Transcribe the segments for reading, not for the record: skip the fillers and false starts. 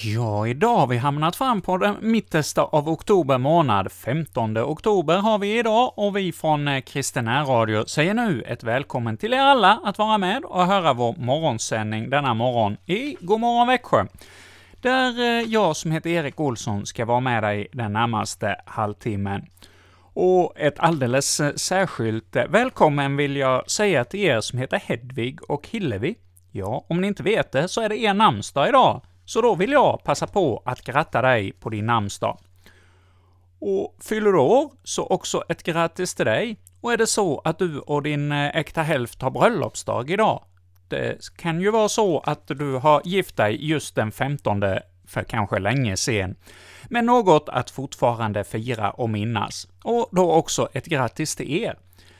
Ja, idag har vi hamnat fram på den mittersta av oktober månad. 15 oktober har vi idag, och vi från Kristen Radio säger nu ett välkommen till er alla att vara med och höra vår morgonsändning denna morgon i Godmorgon Växjö. Där jag som heter Erik Olsson ska vara med dig den närmaste halvtimmen. Och ett alldeles särskilt välkommen vill jag säga till er som heter Hedvig och Hillevi. Ja, om ni inte vet det så är det er namnsdag idag. Så då vill jag passa på att gratta dig på din namnsdag. Och fyller du år, så också ett grattis till dig. Och är det så att du och din äkta hälft har bröllopsdag idag, det kan ju vara så att du har gift dig just den 15 för kanske länge sen. Men något att fortfarande fira och minnas. Och då också ett grattis till er.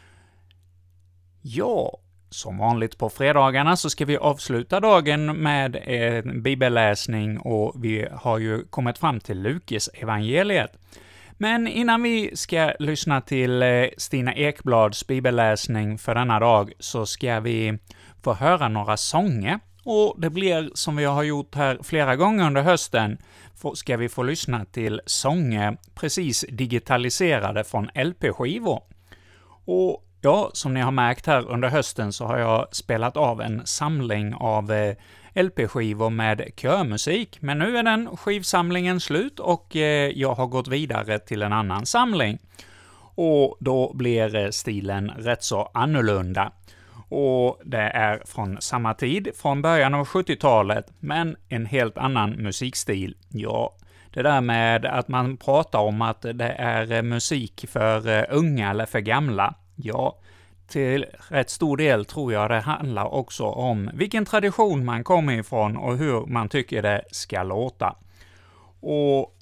Ja, som vanligt på fredagarna så ska vi avsluta dagen med en bibelläsning, och vi har ju kommit fram till Lukas evangeliet. Men innan vi ska lyssna till Stina Ekblads bibelläsning för denna dag så ska vi få höra några sånger. Och det blir som vi har gjort här flera gånger under hösten, ska vi få lyssna till sånger precis digitaliserade från LP-skivor. Och ja, som ni har märkt här under hösten så har jag spelat av en samling av LP-skivor med körmusik, men nu är den skivsamlingen slut och jag har gått vidare till en annan samling. Och då blir stilen rätt så annorlunda. Och det är från samma tid, från början av 70-talet, men en helt annan musikstil. Ja, det där med att man pratar om att det är musik för unga eller för gamla. Ja, till rätt stor del tror jag det handlar också om vilken tradition man kommer ifrån och hur man tycker det ska låta. Och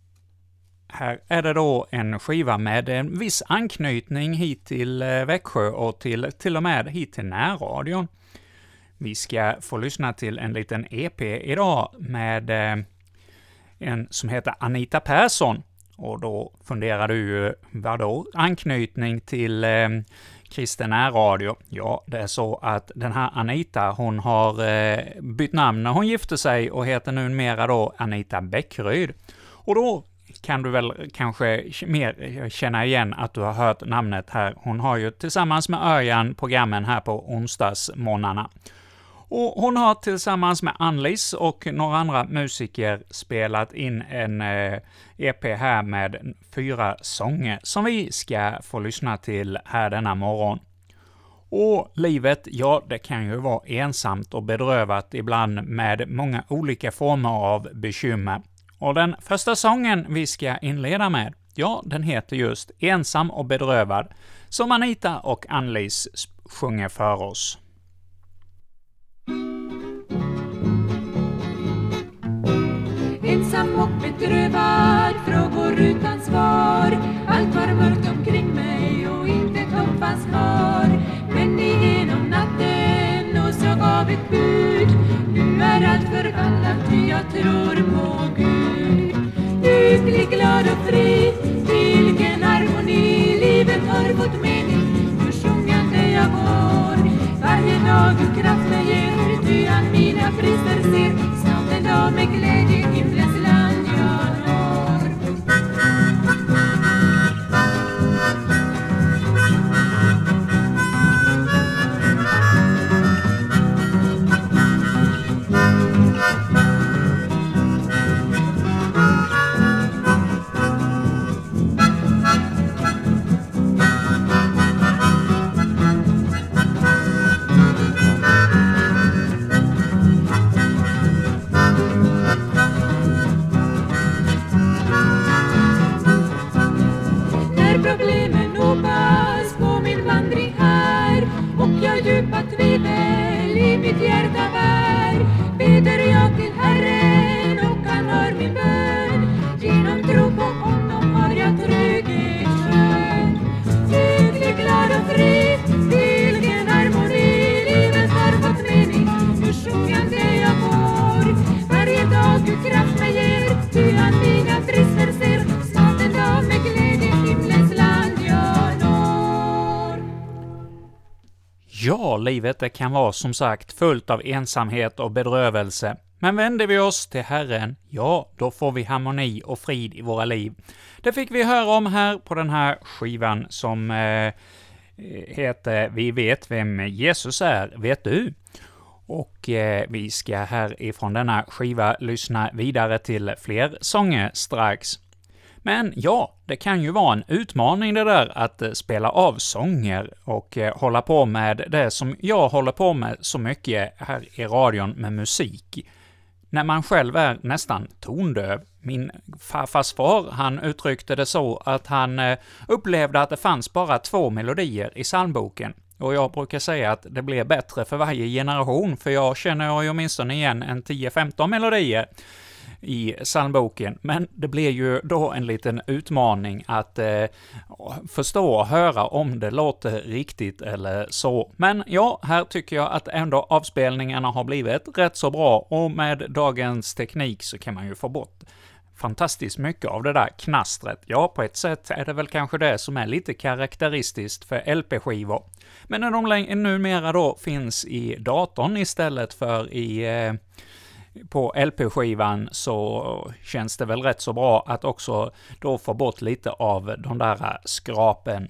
här är det då en skiva med en viss anknytning hit till Växjö och till och med hit till närradion. Vi ska få lyssna till en liten EP idag med en som heter Anita Persson. Och då funderar du ju, vadå anknytning till Kristen Radio? Ja, det är så att den här Anita, hon har bytt namn när hon gifte sig och heter numera då Anita Bäckryd. Och då kan du väl kanske mer känna igen att du har hört namnet här. Hon har ju tillsammans med Örjan programmen här på onsdagsmorgnarna. Och hon har tillsammans med Anlis och några andra musiker spelat in en EP här med 4 sånger som vi ska få lyssna till här denna morgon. Och livet, ja, det kan ju vara ensamt och bedrövat ibland med många olika former av bekymmer. Och den första sången vi ska inleda med, ja, den heter just Ensam och bedrövad, som Anita och Anlis sjunger för oss. Ensam och bedrövad, frågor utan svar. Allt var mörkt omkring mig och inte ett hopp fanns kvar. Men igenom natten och så gav ett bud. Nu är allt förvandlat, ty jag tror på Gud. Lycklig, glad och fri, vilken harmoni. Livet har fått mening, nu sjungande jag går. Varje dag Gud kraft mig ger, ty han mina brister ser. Snart en dag med glädje himlens land jag når. Ja, livet det kan vara som sagt fullt av ensamhet och bedrövelse, Men vänder vi oss till Herren, ja, då får vi harmoni och frid i våra liv. Det fick vi höra om här på den här skivan som heter Vi vet vem Jesus är, vet du? Och vi ska härifrån denna skiva lyssna vidare till fler sånger strax. Men ja, det kan ju vara en utmaning det där att spela av sånger och hålla på med det som jag håller på med så mycket här i radion med musik. När man själv är nästan tondöv. Min farfars far, han uttryckte det så att han upplevde att det fanns bara 2 melodier i psalmboken. Och jag brukar säga att det blir bättre för varje generation, för jag känner ju åtminstone igen en 10-15 melodier i psalmboken, men det blir ju då en liten utmaning att förstå och höra om det låter riktigt eller så. Men ja, här tycker jag att ändå avspelningarna har blivit rätt så bra, och med dagens teknik så kan man ju få bort fantastiskt mycket av det där knastret. Ja, på ett sätt är det väl kanske det som är lite karaktäristiskt för LP-skivor. Men när de numera då finns i datorn istället för på LP-skivan, så känns det väl rätt så bra att också då få bort lite av de där skrapen.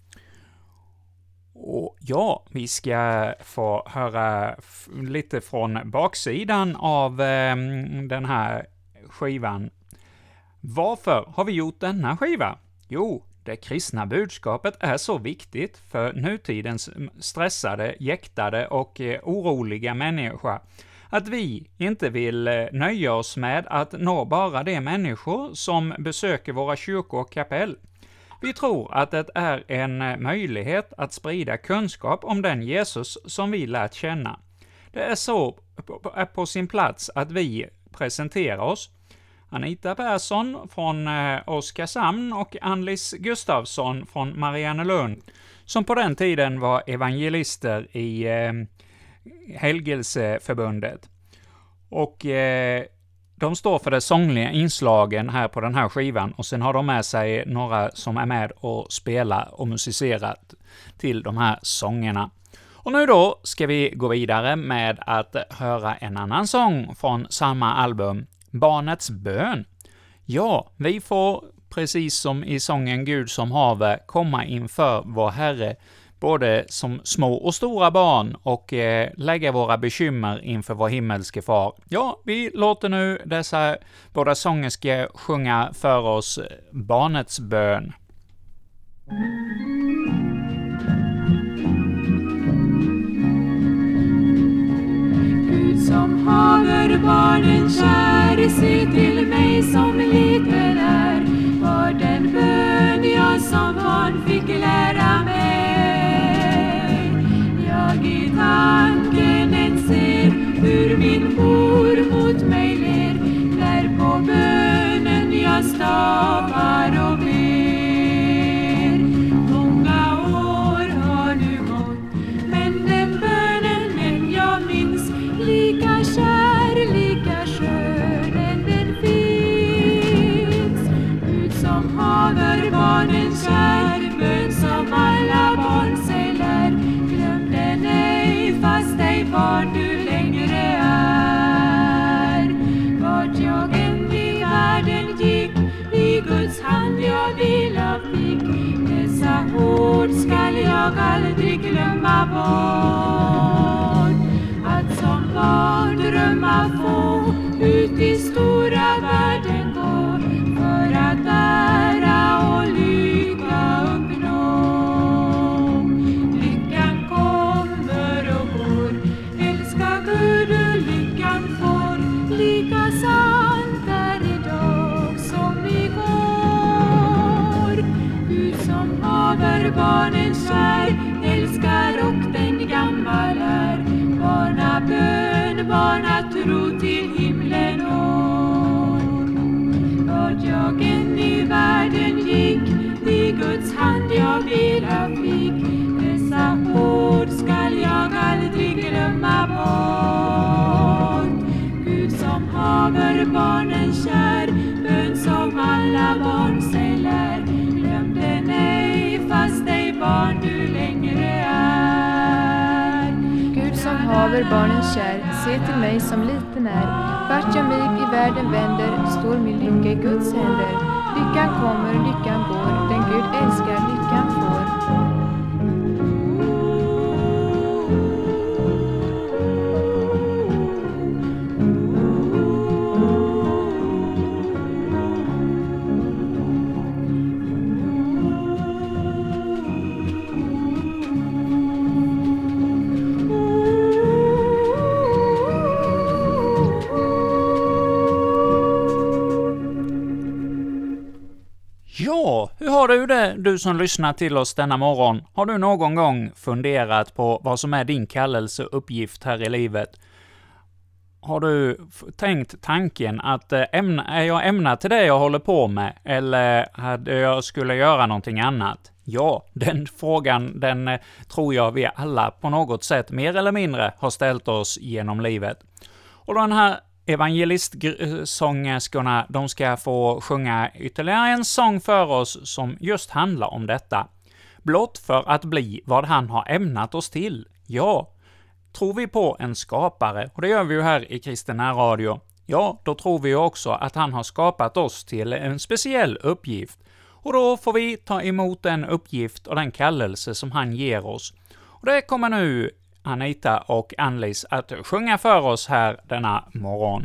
Och ja, vi ska få höra lite från baksidan av den här skivan. Varför har vi gjort denna skiva? Jo, det kristna budskapet är så viktigt för nutidens stressade, jäktade och oroliga människa att vi inte vill nöja oss med att nå bara de människor som besöker våra kyrkor och kapell. Vi tror att det är en möjlighet att sprida kunskap om den Jesus som vi lärt känna. Det är på sin plats att vi presenterar oss. Anita Persson från Oskarshamn och Ann-Lis Gustafsson från Mariannelund, som på den tiden var evangelister i Helgelseförbundet. Och de står för de sångliga inslagen här på den här skivan, och sen har de med sig några som är med och spelar och musicerar till de här sångerna. Och nu då ska vi gå vidare med att höra en annan sång från samma album, Barnets bön. Ja, vi får, precis som i sången Gud som haver, komma inför vår Herre, både som små och stora barn, och lägga våra bekymmer inför vår himmelske far. Ja, vi låter nu dessa båda sångerskor sjunga för oss Barnets bön. Gud som haver barnen kär, se till mig som liten är, för den bön jag som barn fick lära mig. Jag i tanken än ser hur min mor mot mig ler, där på bönen jag stavar och ber. Många år har nu gått, men den bönen jag minns, lika kär, lika skön än den finns. Gud som haver barnen kär, bön som alla barn sig lär, glöm den ej fast ej barn du längre är. Vart jag än i världen gick, i Guds hand jag vila fick, dessa ord skall jag aldrig glömma bort. Att som barn drömma få, ut i stora världen gå, för att ära och lycka uppnå. Lyckan kommer och går, älska Gud du lyckan får, lika sant är idag som igår. Gud som haver barnen kär, älskar och den gammal är, barnabön, barnatro till himlen når. Vart jag än i världen gick, i Guds hand jag vila fick, dessa ord skall jag aldrig glömma bort. Gud som haver barnen kär, bön som alla barn sig lär, glöm den ej fast ej barn du längre är. Gud som haver barnen kär, se till mig som liten är. Vart jag mig i världen vänder, står min lycka i Guds händer. Lyckan kommer, lyckan går, den Gud älskar, lyckan får. Ja, hur har du det, du som lyssnar till oss denna morgon? Har du någon gång funderat på vad som är din kallelse och uppgift här i livet? Har du tänkt tanken att är jag ämnad till det jag håller på med, eller hade jag skulle göra någonting annat? Ja, den frågan, den tror jag vi alla på något sätt mer eller mindre har ställt oss genom livet. Och den här evangelistsångerskorna, de ska få sjunga ytterligare en sång för oss som just handlar om detta. Blott för att bli vad han har ämnat oss till. Ja, tror vi på en skapare, och det gör vi ju här i Kristen Radio, ja, då tror vi ju också att han har skapat oss till en speciell uppgift. Och då får vi ta emot den uppgift och den kallelse som han ger oss. Och det kommer nu Anita och Ann-Lis att sjunga för oss här denna morgon.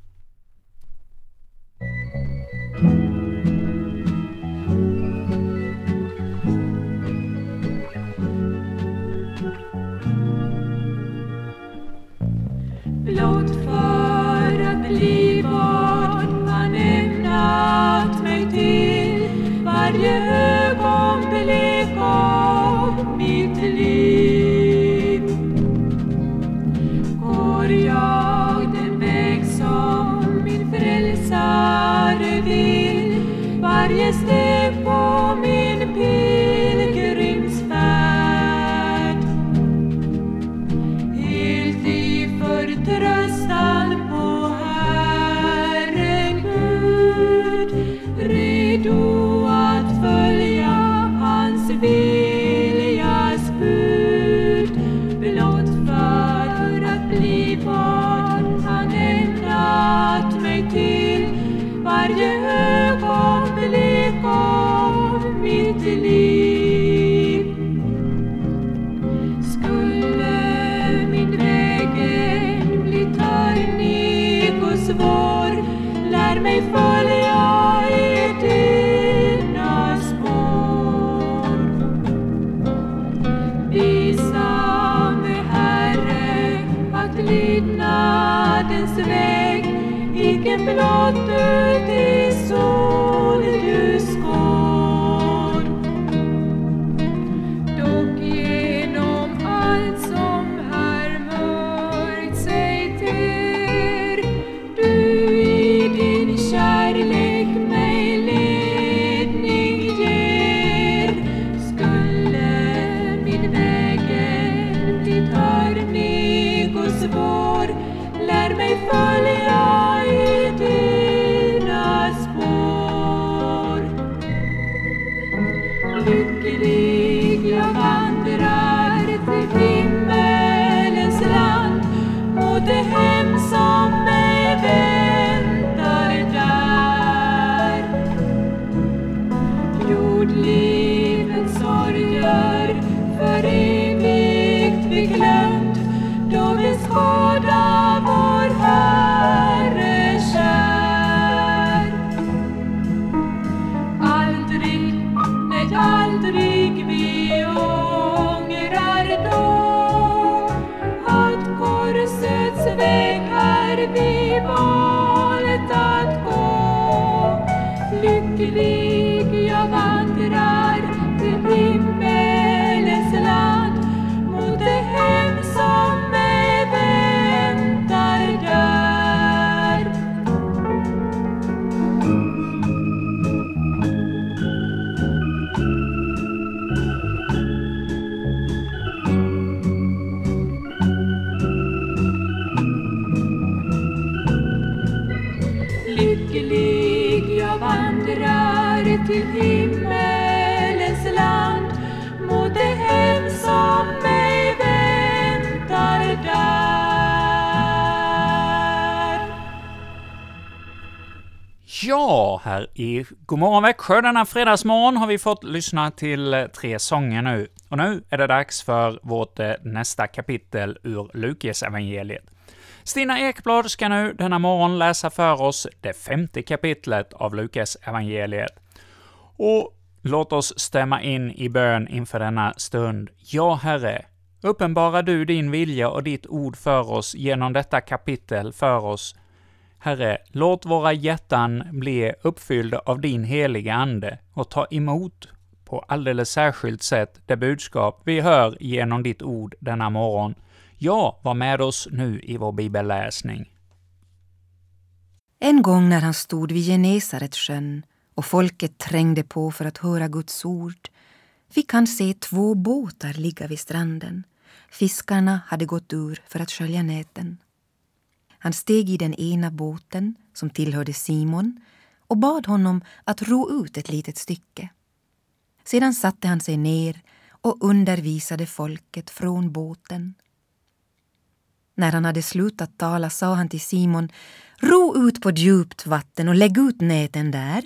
Blott för att bli vad han ämnat mig till, varje ögonblick av mitt liv. Går jag den väg som min frälsare vill, varje steg på min pilgrimsfärd, helt i förtröstan på Herren Gud, redo att följa hans viljas bud, blott för att bli vad han ämnat mig till, varje ögonblick av mitt liv. Skulle min väg än bli törnig och svår, lär mig följa i dina spår. Visa mig, Herre, att lydnadens väg icke blott ut i solljus går, dock genom allt som här mörkt sig ter, du i din kärlek mig ledning ger. Skulle min väg än bli törnig och svår, lär mig följa i dina spår. Lycklig jag vandrar till himmelens land, mot det hem som mig väntar där. Jordlivets sorger för evigt vi glömt, då vi skådar vår Herre kär. Aldrig, nej aldrig vi ångrar då att korsets väg här vi valt att gå. Lycklig jag vandrar till himmelens land, mot det hem som mig väntar där. Lycklig jag vandrar till himmelens land, mot det hem som mig väntar där. Ja, här i Godmorgon Växjö denna fredagsmorgon har vi fått lyssna till 3 sånger nu. Och nu är det dags för vårt nästa kapitel ur Lukas evangeliet. Stina Ekblad ska nu denna morgon läsa för oss det 5:e kapitlet av Lukas evangeliet. Och låt oss stämma in i bön inför denna stund. Ja, Herre, uppenbara du din vilja och ditt ord för oss genom detta kapitel för oss. Herre, låt våra hjärtan bli uppfyllda av din heliga Ande och ta emot på alldeles särskilt sätt det budskap vi hör genom ditt ord denna morgon. Ja, var med oss nu i vår bibelläsning. En gång när han stod vid Genesaretsjön och folket trängde på för att höra Guds ord, fick han se 2 båtar ligga vid stranden. Fiskarna hade gått ur för att skölja näten. Han steg i den ena båten, som tillhörde Simon, och bad honom att ro ut ett litet stycke. Sedan satte han sig ner och undervisade folket från båten. När han hade slutat tala sa han till Simon: ro ut på djupt vatten och lägg ut näten där.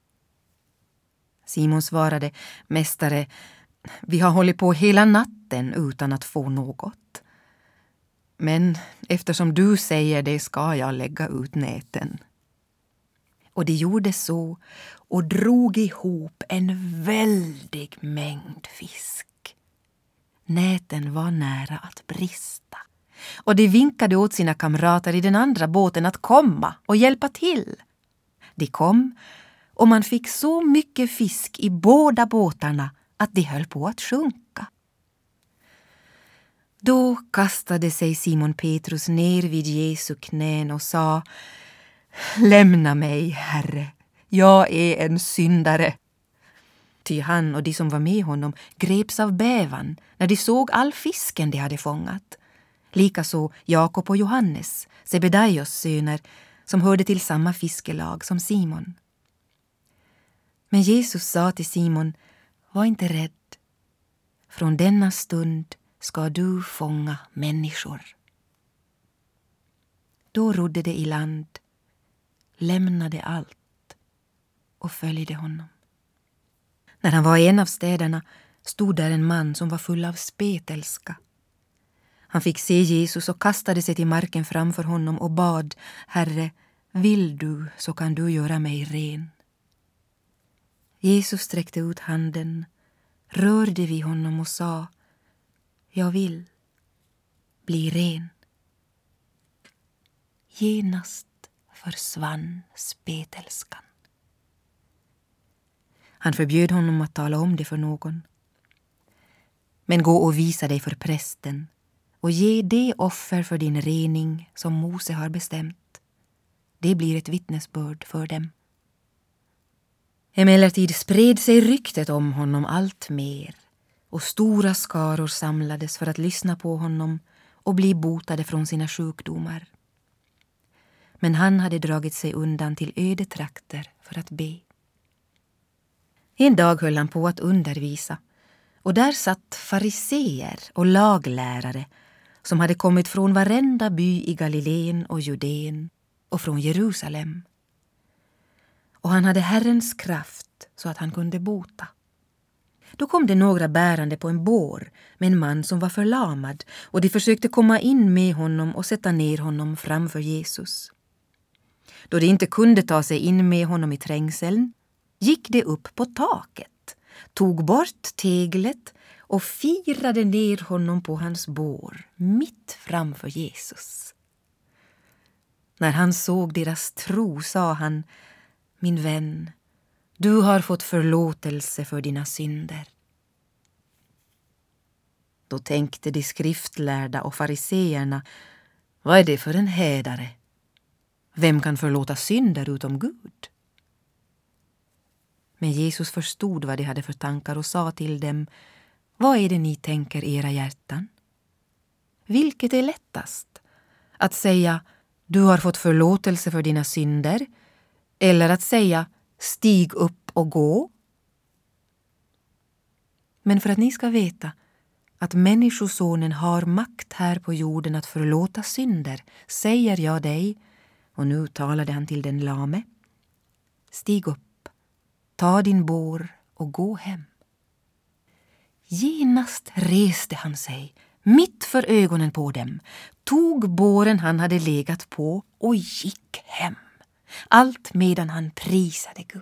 Simon svarade: mästare, vi har hållit på hela natten utan att få något. Men eftersom du säger det ska jag lägga ut näten. Och de gjorde så och drog ihop en väldig mängd fisk. Näten var nära att brista. Och de vinkade åt sina kamrater i den andra båten att komma och hjälpa till. De kom, och man fick så mycket fisk i båda båtarna att de höll på att sjunka. Då kastade sig Simon Petrus ner vid Jesu knän och sa: lämna mig, Herre, jag är en syndare. Ty han och de som var med honom greps av bävan när de såg all fisken de hade fångat. Likaså Jakob och Johannes, Sebedaios söner, som hörde till samma fiskelag som Simon. Men Jesus sa till Simon: var inte rädd. Från denna stund ska du fånga människor. Då rodde de i land, lämnade allt och följde honom. När han var i en av städerna stod där en man som var full av spetälska. Han fick se Jesus och kastade sig till marken framför honom och bad: Herre, vill du så kan du göra mig ren. Jesus sträckte ut handen, rörde vid honom och sa: jag vill, bli ren. Genast försvann spetälskan. Han förbjöd honom att tala om det för någon. Men gå och visa dig för prästen och ge det offer för din rening som Mose har bestämt. Det blir ett vittnesbörd för dem. Emellertid spred sig ryktet om honom allt mer, och stora skaror samlades för att lyssna på honom och bli botade från sina sjukdomar. Men han hade dragit sig undan till ödetrakter för att be. En dag höll han på att undervisa, och där satt fariseer och laglärare som hade kommit från varenda by i Galileen och Judeen och från Jerusalem. Och han hade Herrens kraft så att han kunde bota. Då kom det några bärande på en bår med en man som var förlamad, och de försökte komma in med honom och sätta ner honom framför Jesus. Då de inte kunde ta sig in med honom i trängseln gick de upp på taket, tog bort teglet och firade ner honom på hans bår mitt framför Jesus. När han såg deras tro sa han: min vän, du har fått förlåtelse för dina synder. Då tänkte de skriftlärda och fariseerna: vad är det för en hädare? Vem kan förlåta synder utom Gud? Men Jesus förstod vad de hade för tankar och sa till dem: vad är det ni tänker i era hjärtan? Vilket är lättast? Att säga: du har fått förlåtelse för dina synder, eller att säga: stig upp och gå? Men för att ni ska veta att människosonen har makt här på jorden att förlåta synder, säger jag dig, och nu talade han till den lame, Stig upp, ta din bår och gå hem. Genast reste han sig, mitt för ögonen på dem, tog båren han hade legat på och gick hem, allt medan han prisade Gud.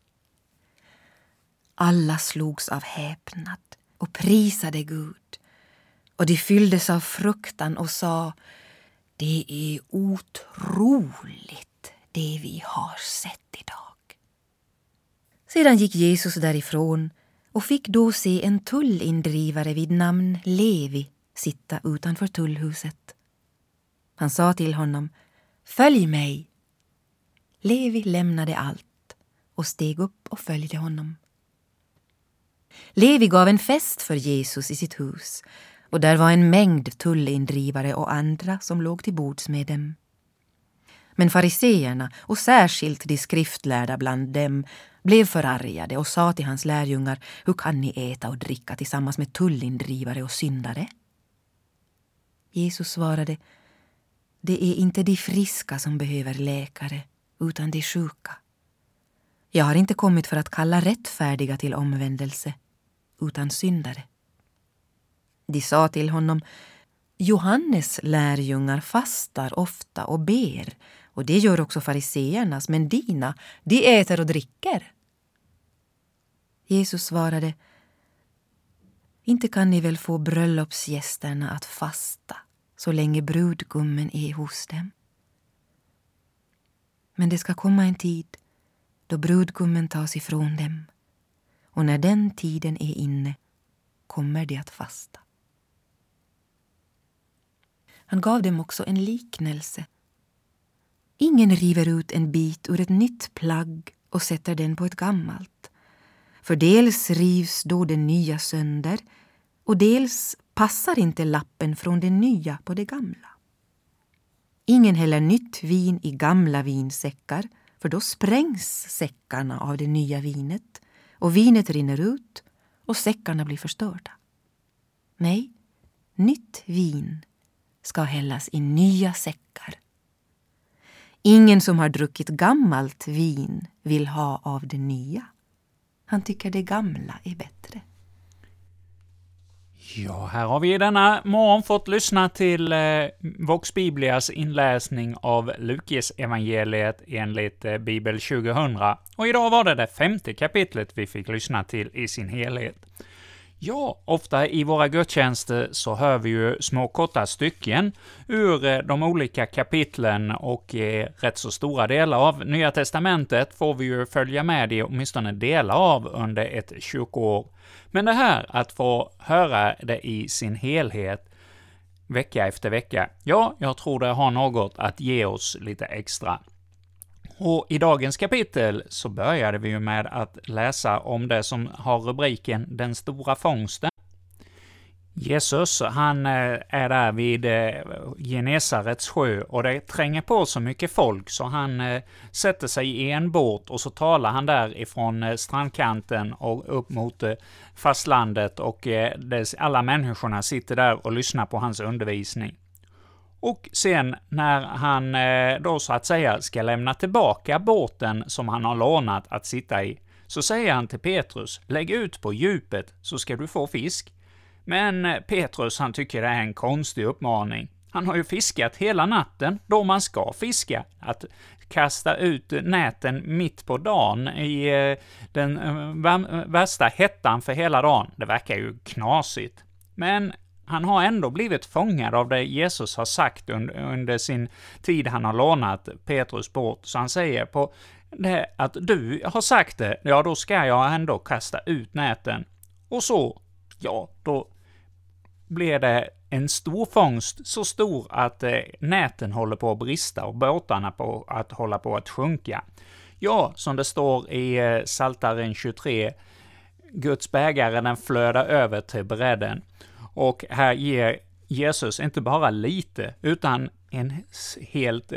Alla slogs av häpnad och prisade Gud, och de fylldes av fruktan och sa: det är otroligt det vi har sett idag. Sedan gick Jesus därifrån och fick då se en tullindrivare vid namn Levi sitta utanför tullhuset. Han sa till honom: följ mig. Levi lämnade allt och steg upp och följde honom. Levi gav en fest för Jesus i sitt hus, och där var en mängd tullindrivare och andra som låg till bords med dem. Men fariseerna, och särskilt de skriftlärda bland dem, blev förargade och sa till hans lärjungar: hur kan ni äta och dricka tillsammans med tullindrivare och syndare? Jesus svarade: det är inte de friska som behöver läkare, utan de sjuka. Jag har inte kommit för att kalla rättfärdiga till omvändelse, utan syndare. De sa till honom: Johannes lärjungar fastar ofta och ber, och det gör också fariseernas, men dina, de äter och dricker. Jesus svarade: inte kan ni väl få bröllopsgästerna att fasta så länge brudgummen är hos dem? Men det ska komma en tid då brudgummen tas ifrån dem, och när den tiden är inne kommer de att fasta. Han gav dem också en liknelse. Ingen river ut en bit ur ett nytt plagg och sätter den på ett gammalt. För dels rivs då det nya sönder, och dels passar inte lappen från det nya på det gamla. Ingen häller nytt vin i gamla vinsäckar, för då sprängs säckarna av det nya vinet, och vinet rinner ut och säckarna blir förstörda. Nej, nytt vin ska hällas i nya säckar. Ingen som har druckit gammalt vin vill ha av det nya. Han tycker det gamla är bättre. Ja, här har vi denna morgon fått lyssna till Vox Biblias inläsning av Lukas evangeliet enligt Bibel 2000. Och idag var det 5:e kapitlet vi fick lyssna till i sin helhet. Ja, ofta i våra gudstjänster så hör vi ju små korta stycken ur de olika kapitlen, och rätt så stora delar av Nya testamentet får vi ju följa med i åtminstone delar av under ett kyrkoår. Men det här att få höra det i sin helhet vecka efter vecka, ja, jag tror det har något att ge oss lite extra. Och i dagens kapitel så började vi ju med att läsa om det som har rubriken Den stora fångsten. Jesus, han är där vid Genesarets sjö, och det tränger på så mycket folk så han sätter sig i en båt och så talar han där ifrån strandkanten och upp mot fastlandet, och alla människorna sitter där och lyssnar på hans undervisning. Och sen när han då så att säga ska lämna tillbaka båten som han har lånat att sitta i, så säger han till Petrus: lägg ut på djupet så ska du få fisk. Men Petrus, han tycker det är en konstig uppmaning. Han har ju fiskat hela natten då man ska fiska. Att kasta ut näten mitt på dagen i den värsta hettan för hela dagen, det verkar ju knasigt. Men han har ändå blivit fångad av det Jesus har sagt under sin tid han har lånat Petrus båt. Så han säger på det att du har sagt det, ja då ska jag ändå kasta ut näten. Och så, ja då blir det en stor fångst, så stor att näten håller på att brista och båtarna på att hålla på att sjunka. Ja, som det står i Psaltaren 23, Guds bägare den flödar över till bredden. Och här ger Jesus inte bara lite, utan en helt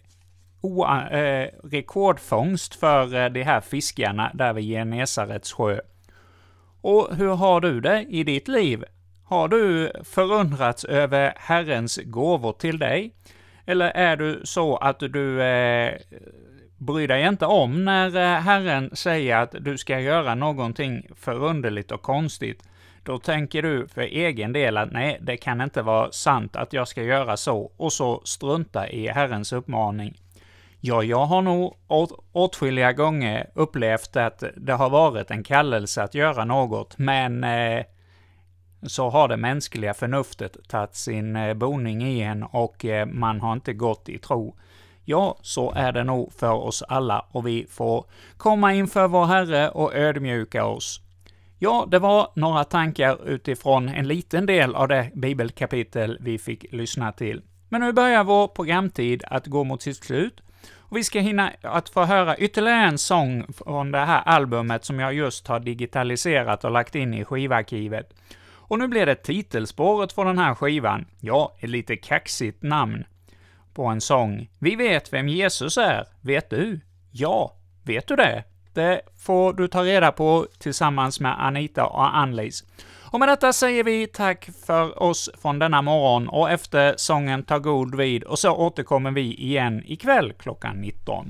rekordfångst för de här fiskarna där vid Genesarets sjö. Och hur har du det i ditt liv? Har du förundrats över Herrens gåvor till dig? Eller är du så att du bry dig inte om när Herren säger att du ska göra någonting förunderligt och konstigt. Då tänker du för egen del att nej, det kan inte vara sant att jag ska göra så, och så strunta i Herrens uppmaning. Ja, jag har nog åtskilliga gånger upplevt att det har varit en kallelse att göra något, men så har det mänskliga förnuftet tagit sin boning i en och man har inte gått i tro. Ja, så är det nog för oss alla, och vi får komma inför vår Herre och ödmjuka oss. Ja, det var några tankar utifrån en liten del av det bibelkapitel vi fick lyssna till. Men nu börjar vår programtid att gå mot sitt slut, och vi ska hinna att få höra ytterligare en sång från det här albumet som jag just har digitaliserat och lagt in i skivarkivet. Och nu blir det titelspåret för den här skivan. Ja, ett lite kaxigt namn på en sång. Vi vet vem Jesus är. Vet du? Ja, vet du det? Det får du ta reda på tillsammans med Anita och Annlis. Och med detta säger vi tack för oss från denna morgon, och efter sången tar god vid, och så återkommer vi igen ikväll klockan 19.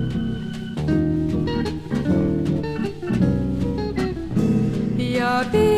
Jag vet